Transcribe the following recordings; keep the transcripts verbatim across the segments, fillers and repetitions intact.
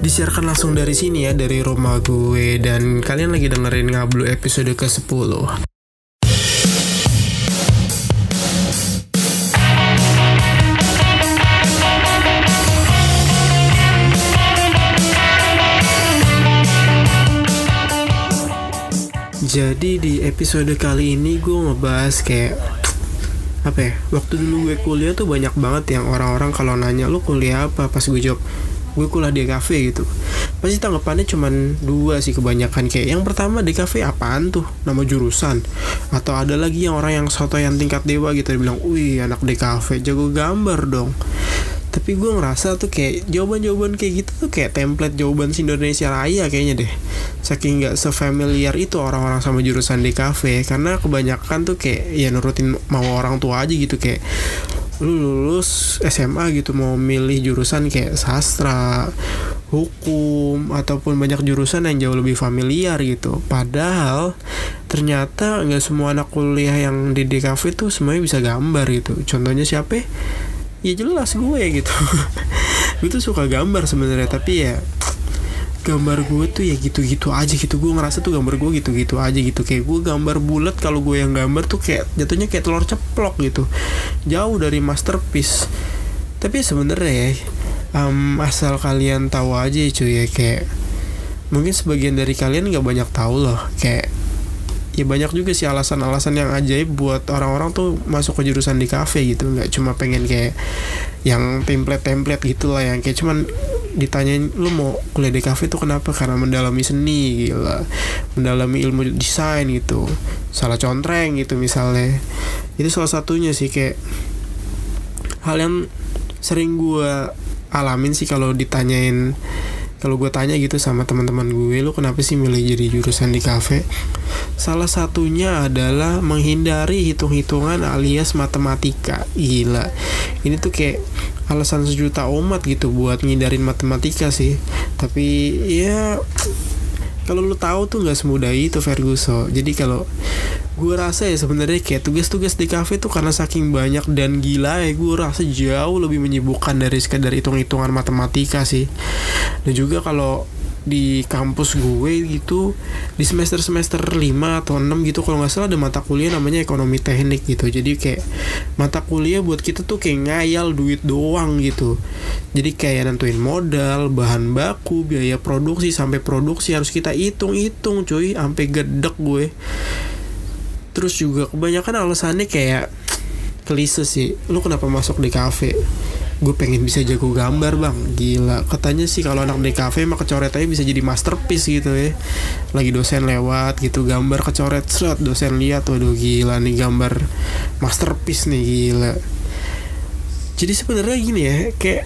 disiarkan langsung dari sini ya, dari rumah gue. Dan kalian lagi dengerin Ngablu episode ke sepuluh. Jadi di episode kali ini gue ngebahas kayak apa ya, waktu dulu gue kuliah tuh banyak banget yang orang-orang kalau nanya lu kuliah apa, pas gue jawab gue kuliah di kafe gitu, pasti tanggapannya cuman dua sih kebanyakan. Kayak yang pertama, di kafe apaan tuh, nama jurusan. Atau ada lagi yang orang yang soto yang tingkat dewa gitu, dia bilang wih anak di kafe jago gambar dong. Tapi gue ngerasa tuh kayak jawaban-jawaban kayak gitu tuh kayak template jawaban Indonesia Raya kayaknya deh. Saking gak sefamiliar itu orang-orang sama jurusan di kafe. Karena kebanyakan tuh kayak ya nurutin mau orang tua aja gitu. Kayak lu lulus S M A gitu mau milih jurusan kayak sastra, hukum, ataupun banyak jurusan yang jauh lebih familiar gitu. Padahal ternyata gak semua anak kuliah yang di D K V tuh semuanya bisa gambar gitu. Contohnya siapa? Ya jelas gue gitu. Gue tuh suka gambar sebenarnya, tapi ya gambar gue tuh ya gitu-gitu aja gitu. Gue ngerasa tuh gambar gue gitu-gitu aja gitu. Kayak gue gambar bulat, kalau gue yang gambar tuh kayak jatuhnya kayak telur ceplok gitu, jauh dari masterpiece. Tapi sebenarnya ya um, asal kalian tahu aja cuy ya, kayak mungkin sebagian dari kalian gak banyak tahu loh. Kayak ya banyak juga sih alasan-alasan yang ajaib buat orang-orang tuh masuk ke jurusan di kafe gitu. Nggak cuma pengen kayak yang template-template gitu lah, yang kayak cuman ditanyain lu mau kuliah di kafe tuh kenapa, karena mendalami seni, gila, mendalami ilmu desain gitu, salah contreng gitu misalnya. Itu salah satunya sih, kayak hal yang sering gue alamin sih kalau ditanyain, kalau gue tanya gitu sama teman-teman gue, lu kenapa sih milih jadi jurusan di kafe? Salah satunya adalah menghindari hitung-hitungan alias matematika. Gila, ini tuh kayak alasan sejuta umat gitu buat ngindarin matematika sih. Tapi ya kalau lu tahu tuh nggak semudah itu, Ferguson. Jadi kalau gue rasa ya sebenarnya kayak tugas-tugas di kafe tuh karena saking banyak dan gila ya, gue rasa jauh lebih menyibukkan dari sekadar hitung-hitungan matematika sih. Dan juga kalau di kampus gue gitu, di semester-semester lima atau enam gitu kalau nggak salah ada mata kuliah namanya ekonomi teknik gitu. Jadi kayak mata kuliah buat kita tuh kayak ngayal duit doang gitu. Jadi kayak nentuin modal, bahan baku, biaya produksi, sampai produksi harus kita hitung-hitung cuy, sampai gedek gue. Terus juga kebanyakan alasannya kayak klise sih. Lu kenapa masuk di kafe? Gue pengen bisa jago gambar bang. Gila, katanya sih kalau anak di kafe mah kecoretannya bisa jadi masterpiece gitu ya. Lagi dosen lewat gitu, gambar kecoret, seret, dosen lihat, waduh gila nih gambar masterpiece nih, gila. Jadi sebenarnya gini ya, kayak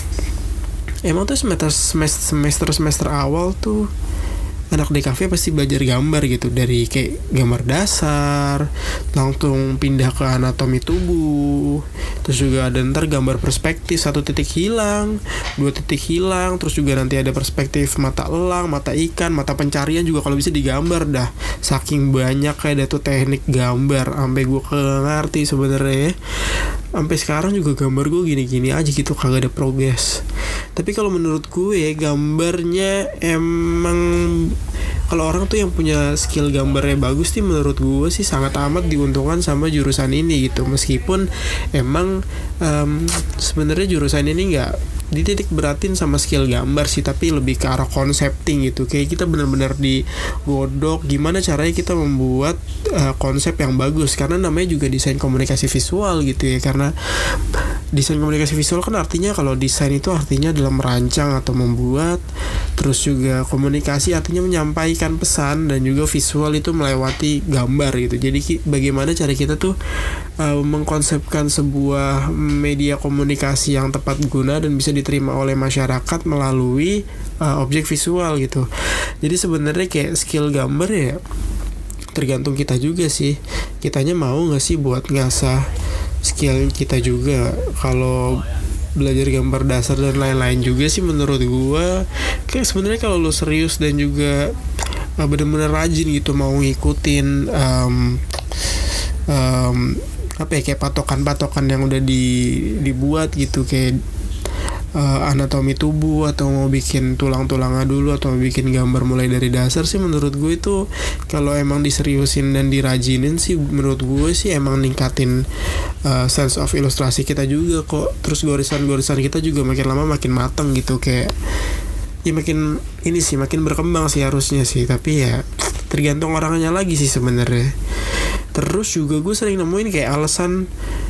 emang tuh semester semester semester awal tuh anak D K V pasti belajar gambar gitu, dari kayak gambar dasar, langsung pindah ke anatomi tubuh, terus juga ada ntar gambar perspektif, satu titik hilang, dua titik hilang, terus juga nanti ada perspektif mata elang, mata ikan, mata pencarian juga kalau bisa digambar dah. Saking banyak kayak ada tuh teknik gambar, sampai gue kagak ngerti sebenarnya. Sampai sekarang juga gambar gue gini-gini aja gitu, kagak ada progres. Tapi kalau menurut gue gambarnya emang, kalau orang tuh yang punya skill gambarnya bagus sih menurut gue sih sangat amat diuntungkan sama jurusan ini gitu. Meskipun emang um, sebenarnya jurusan ini nggak dititik beratin sama skill gambar sih, tapi lebih ke arah concepting gitu. Kayak kita benar-benar digodok gimana caranya kita membuat uh, konsep yang bagus, karena namanya juga desain komunikasi visual gitu ya. Karena desain komunikasi visual kan artinya, kalau desain itu artinya adalah merancang atau membuat, terus juga komunikasi artinya menyampaikan pesan, dan juga visual itu melewati gambar gitu. Jadi bagaimana cara kita tuh uh, mengkonsepkan sebuah media komunikasi yang tepat guna dan bisa diterima oleh masyarakat melalui uh, objek visual gitu. Jadi sebenarnya kayak skill gambar ya tergantung kita juga sih, kitanya mau nggak sih buat ngasah skill kita juga. Kalau belajar gambar dasar dan lain-lain juga sih menurut gue kayak sebenarnya kalau lo serius dan juga uh, benar-benar rajin gitu mau ngikutin um, um, apa ya, kayak patokan-patokan yang udah di, dibuat gitu, kayak uh, anatomi tubuh atau mau bikin tulang-tulangnya dulu atau mau bikin gambar mulai dari dasar sih, menurut gue itu kalau emang diseriusin dan dirajinin sih, menurut gue sih emang ningkatin uh, sense of ilustrasi kita juga kok. Terus gorisan-gorisan kita juga makin lama makin matang gitu, kayak ya makin ini sih makin berkembang sih harusnya sih, tapi ya tergantung orangnya lagi sih sebenarnya. Terus juga gue sering nemuin kayak alasan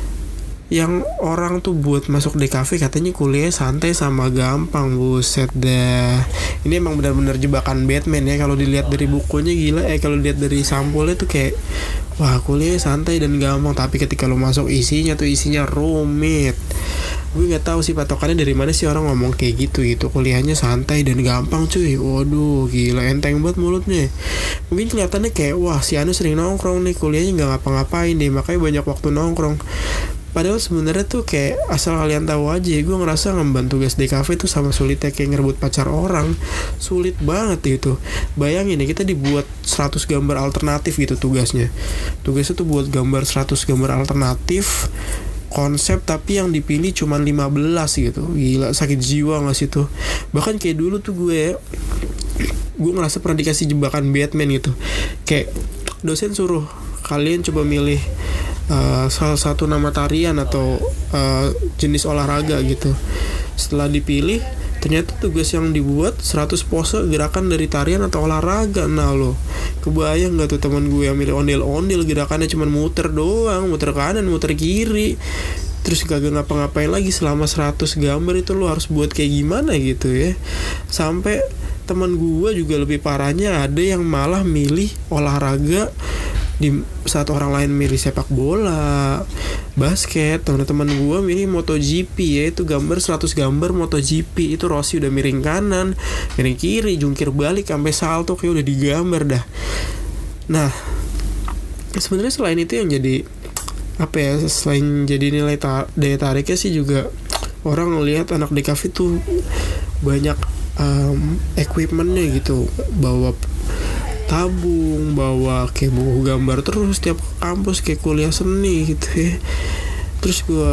yang orang tuh buat masuk D K V katanya kuliah santai sama gampang. Buset dah, ini emang benar-benar jebakan Batman ya kalau dilihat dari bukunya, gila. Eh kalau dilihat dari sampulnya tuh kayak wah kuliah santai dan gampang, tapi ketika lo masuk isinya tuh isinya rumit. Gue nggak tahu sih patokannya dari mana sih orang ngomong kayak gitu gitu kuliahnya santai dan gampang cuy. Waduh gila, enteng banget mulutnya. Mungkin kelihatannya kayak wah si Anu sering nongkrong nih, kuliahnya nggak ngapa-ngapain deh makanya banyak waktu nongkrong. Padahal sebenarnya tuh kayak asal kalian tahu aja, gue ngerasa ngemban tugas D K V tuh sama sulitnya kayak ngerebut pacar orang. Sulit banget gitu. Bayangin ya, kita dibuat seratus gambar alternatif gitu tugasnya. Tugasnya tuh buat gambar seratus gambar alternatif konsep, tapi yang dipilih cuma lima belas gitu. Gila, sakit jiwa gak sih tuh. Bahkan kayak dulu tuh gue gue ngerasa pernah dikasih jebakan Batman gitu. Kayak dosen suruh kalian coba milih Uh, salah satu nama tarian atau uh, jenis olahraga gitu. Setelah dipilih, ternyata tugas yang dibuat seratus pose gerakan dari tarian atau olahraga. Nah lo, kebayang gak tuh teman gue yang milih ondel-ondel, gerakannya cuma muter doang, muter kanan, muter kiri, terus kagak ngapa-ngapain lagi selama seratus gambar itu lo harus buat kayak gimana gitu ya. Sampai teman gue juga lebih parahnya, ada yang malah milih olahraga di saat orang lain milih sepak bola, basket. Teman-teman gue milih MotoGP ya, itu gambar seratus gambar MotoGP, itu Rossi udah miring kanan, miring kiri, jungkir balik sampai salto kayak udah digambar dah. Nah, sebenarnya selain itu yang jadi apa ya, selain jadi nilai ta- daya tariknya sih juga orang ngelihat anak D K V tuh banyak um, equipmentnya gitu, bawa tabung, bawa kayak buku gambar terus tiap kampus kayak kuliah seni gitu ya. Terus gue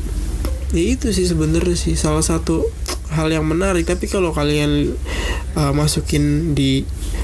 ya itu sih sebenarnya sih salah satu hal yang menarik. Tapi kalau kalian uh, masukin di,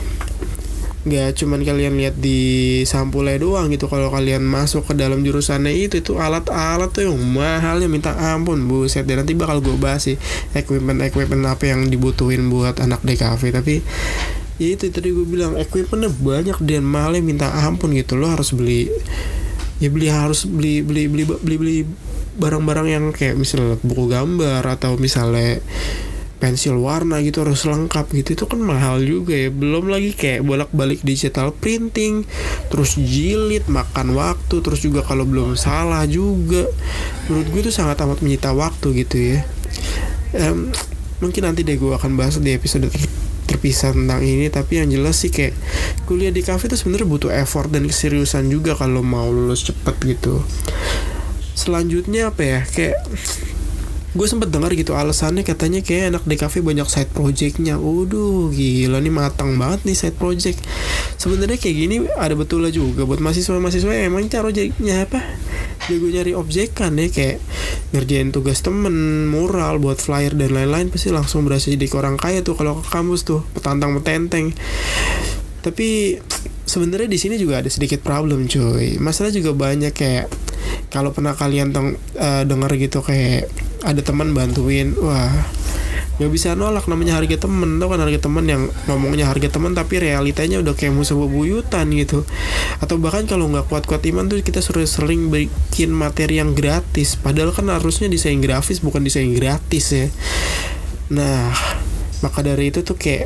nggak cuman kalian lihat di sampulnya doang gitu, kalau kalian masuk ke dalam jurusannya itu itu alat-alat tuh yang mahalnya minta ampun. Buset, dan nanti bakal gue bahas sih equipment-equipment apa yang dibutuhin buat anak D K V. Tapi ya itu tadi gue bilang equipmentnya banyak dan mahalnya minta ampun gitu. Lo harus beli ya beli harus beli beli beli beli beli barang-barang yang kayak misalnya buku gambar atau misalnya pensil warna gitu harus lengkap gitu. Itu kan mahal juga ya. Belum lagi kayak bolak-balik digital printing, terus jilid, makan waktu, terus juga kalau belum salah juga. Menurut gue itu sangat amat menyita waktu gitu ya. Um, mungkin nanti deh gue akan bahas di episode terpisah tentang ini. Tapi yang jelas sih kayak kuliah di kafe itu sebenarnya butuh effort dan keseriusan juga kalau mau lulus cepet gitu. Selanjutnya apa ya, kayak gue sempet dengar gitu alasannya katanya kayak anak D K V banyak side projectnya. Waduh gila nih, matang banget nih side project. Sebenarnya kayak gini ada betulnya juga buat mahasiswa-mahasiswa yang emang projectnya apa, jago nyari objekan ya, kayak ngerjain tugas temen, mural, buat flyer dan lain-lain, pasti langsung berasa jadi orang kaya tuh kalau ke kampus tuh, petantang petenteng. Tapi sebenarnya di sini juga ada sedikit problem cuy. Masalah juga banyak, kayak kalau pernah kalian teng, uh, dengar gitu kayak ada teman bantuin, wah gak bisa nolak, namanya harga temen. Tau kan harga temen yang ngomongnya harga temen tapi realitanya udah kayak musuh bebuyutan gitu. Atau bahkan kalau gak kuat-kuat iman tuh kita suruh sering bikin materi yang gratis, padahal kan harusnya desain grafis bukan desain gratis ya. Nah maka dari itu tuh kayak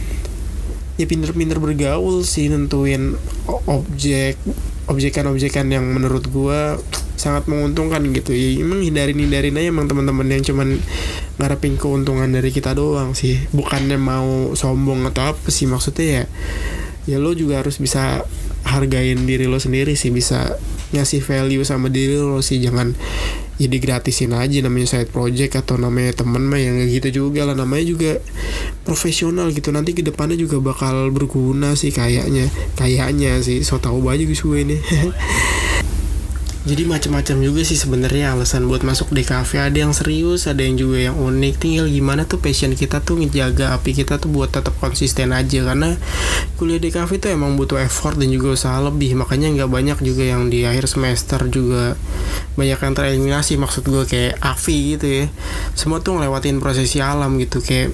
ya pinter-pinter bergaul sih, nentuin objek objekan-objekan yang menurut gue sangat menguntungkan gitu ya. Emang hindarin-hindarin aja emang teman-teman yang cuman ngarepin keuntungan dari kita doang sih, bukannya mau sombong atau apa sih. Maksudnya ya ya lo juga harus bisa hargain diri lo sendiri sih, bisa ngasih value sama diri lo sih. Jangan ya digratisin aja namanya side project atau namanya temen mah yang gitu juga lah. Namanya juga profesional gitu, nanti kedepannya juga bakal berguna sih kayaknya. Kayaknya sih, so tau aja gue ini. Jadi macam-macam juga sih sebenarnya alasan buat masuk D K V. Ada yang serius, ada yang juga yang unik. Tinggal gimana tuh passion kita tuh ngejaga api kita tuh buat tetap konsisten aja. Karena kuliah D K V tuh emang butuh effort dan juga usaha lebih. Makanya nggak banyak juga yang di akhir semester juga banyak yang tereliminasi. Maksud gue kayak Avi gitu ya. Semua tuh ngelewatin prosesi alam gitu. Kayak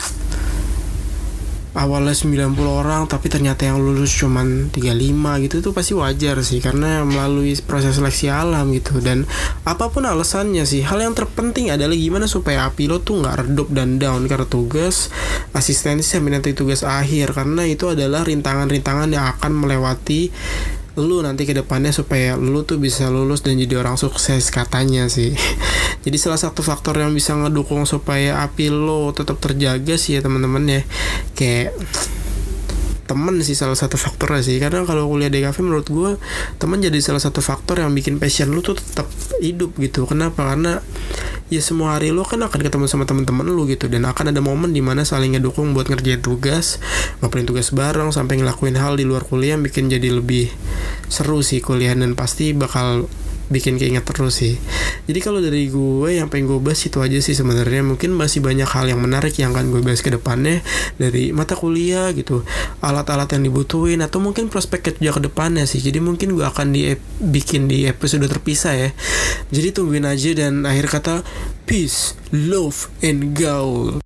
awalnya sembilan puluh orang tapi ternyata yang lulus cuman tiga puluh lima gitu, tuh pasti wajar sih karena melalui proses seleksi alam gitu. Dan apapun alasannya sih, hal yang terpenting adalah gimana supaya api lo tuh gak redup dan down karena tugas asistensi sampai nanti tugas akhir, karena itu adalah rintangan-rintangan yang akan melewati lu nanti ke depannya supaya lu tuh bisa lulus dan jadi orang sukses katanya sih. Jadi salah satu faktor yang bisa ngedukung supaya api lo tetap terjaga sih ya teman-teman ya, kayak temen sih salah satu faktornya sih. Karena kalau kuliah D K V menurut gue temen jadi salah satu faktor yang bikin passion lu tuh tetap hidup gitu. Kenapa? Karena ya semua hari lu kan akan ketemu sama teman-teman lu gitu, dan akan ada momen dimana saling ngedukung buat ngerjain tugas, ngapain tugas bareng, sampai ngelakuin hal di luar kuliah yang bikin jadi lebih seru sih kuliah, dan pasti bakal bikin keinget terus sih. Jadi kalau dari gue yang pengen gue bahas itu aja sih sebenarnya. Mungkin masih banyak hal yang menarik yang akan gue bahas ke depannya, dari mata kuliah gitu, alat-alat yang dibutuhin, atau mungkin prospek kerja ke depannya sih. Jadi mungkin gue akan di bikin di episode terpisah ya. Jadi tungguin aja, dan akhir kata peace, love, and gaul.